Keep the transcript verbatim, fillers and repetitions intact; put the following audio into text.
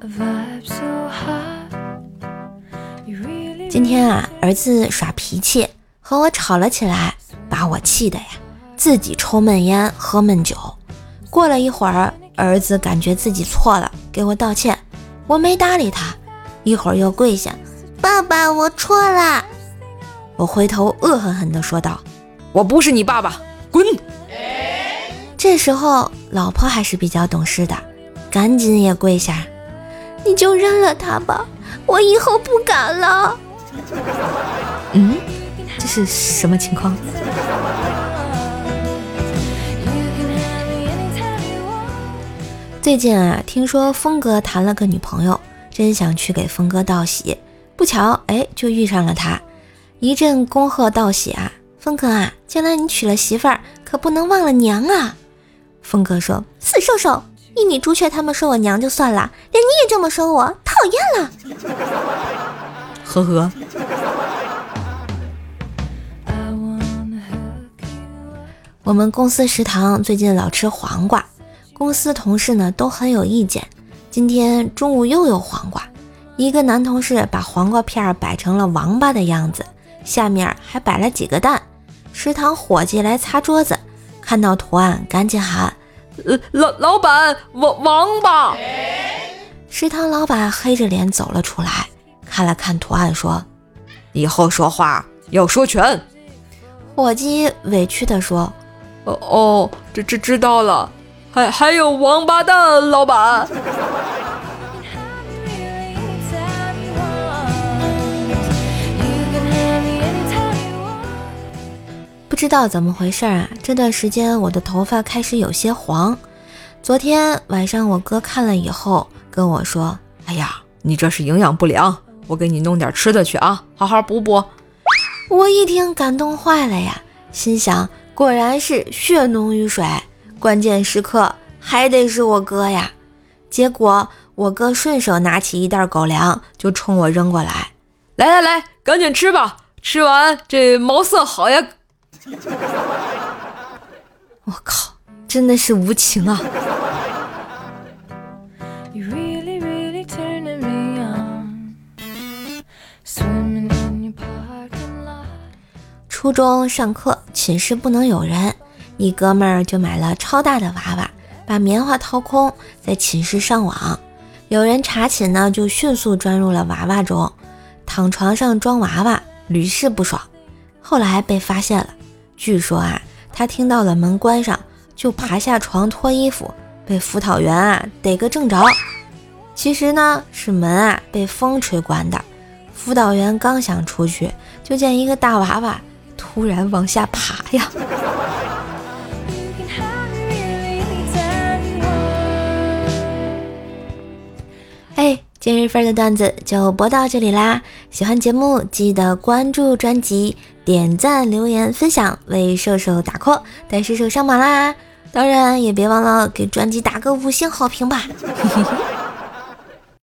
今天啊，儿子耍脾气和我吵了起来，把我气的呀，自己抽闷烟喝闷酒。过了一会儿，儿子感觉自己错了，给我道歉，我没搭理他，一会儿又跪下，爸爸我错了。我回头恶狠狠地说道， 我不是你爸爸，滚。 这时候老婆还是比较懂事的，赶紧也跪下，你就认了他吧，我以后不敢了。嗯，这是什么情况？最近啊，听说峰哥谈了个女朋友，真想去给峰哥道喜，不巧哎，就遇上了他，一阵恭贺道喜啊，峰哥啊，将来你娶了媳妇儿，可不能忘了娘啊。峰哥说，死兽兽，一米朱雀他们说我娘就算了，连你也这么说我，讨厌了。呵呵。我们公司食堂最近老吃黄瓜，公司同事呢都很有意见。今天中午又有黄瓜，一个男同事把黄瓜片摆成了王八的样子，下面还摆了几个蛋。食堂伙计来擦桌子，看到图案赶紧喊， 呃、老老板，王王八。 食堂老板黑着脸走了出来，看了看图案说， 以后说话要说全。 伙计委屈地说， 哦哦，这这知道了，还还有王八蛋，老板。 不知道怎么回事啊，这段时间我的头发开始有些黄。昨天晚上我哥看了以后跟我说， 哎呀，你这是营养不良，我给你弄点吃的去啊，好好补补。 我一听感动坏了呀，心想果然是血浓于水，关键时刻还得是我哥呀。结果我哥顺手拿起一袋狗粮就冲我扔过来， 来来来，赶紧吃吧，吃完这毛色好呀。 我靠，真的是无情啊。初中上课，寝室不能有人，一哥们儿就买了超大的娃娃，把棉花掏空，在寝室上网。有人查寝呢，就迅速钻入了娃娃中，躺床上装娃娃，屡试不爽。后来被发现了，据说啊，他听到了门关上，就爬下床脱衣服，被辅导员啊逮个正着。其实呢，是门啊被风吹关的。辅导员刚想出去，就见一个大娃娃突然往下爬呀。哎，今日份的段子就播到这里啦！喜欢节目记得关注专辑，点赞、留言、分享，为瘦瘦打 call，带瘦瘦上马啦！当然也别忘了给专辑打个五星好评吧！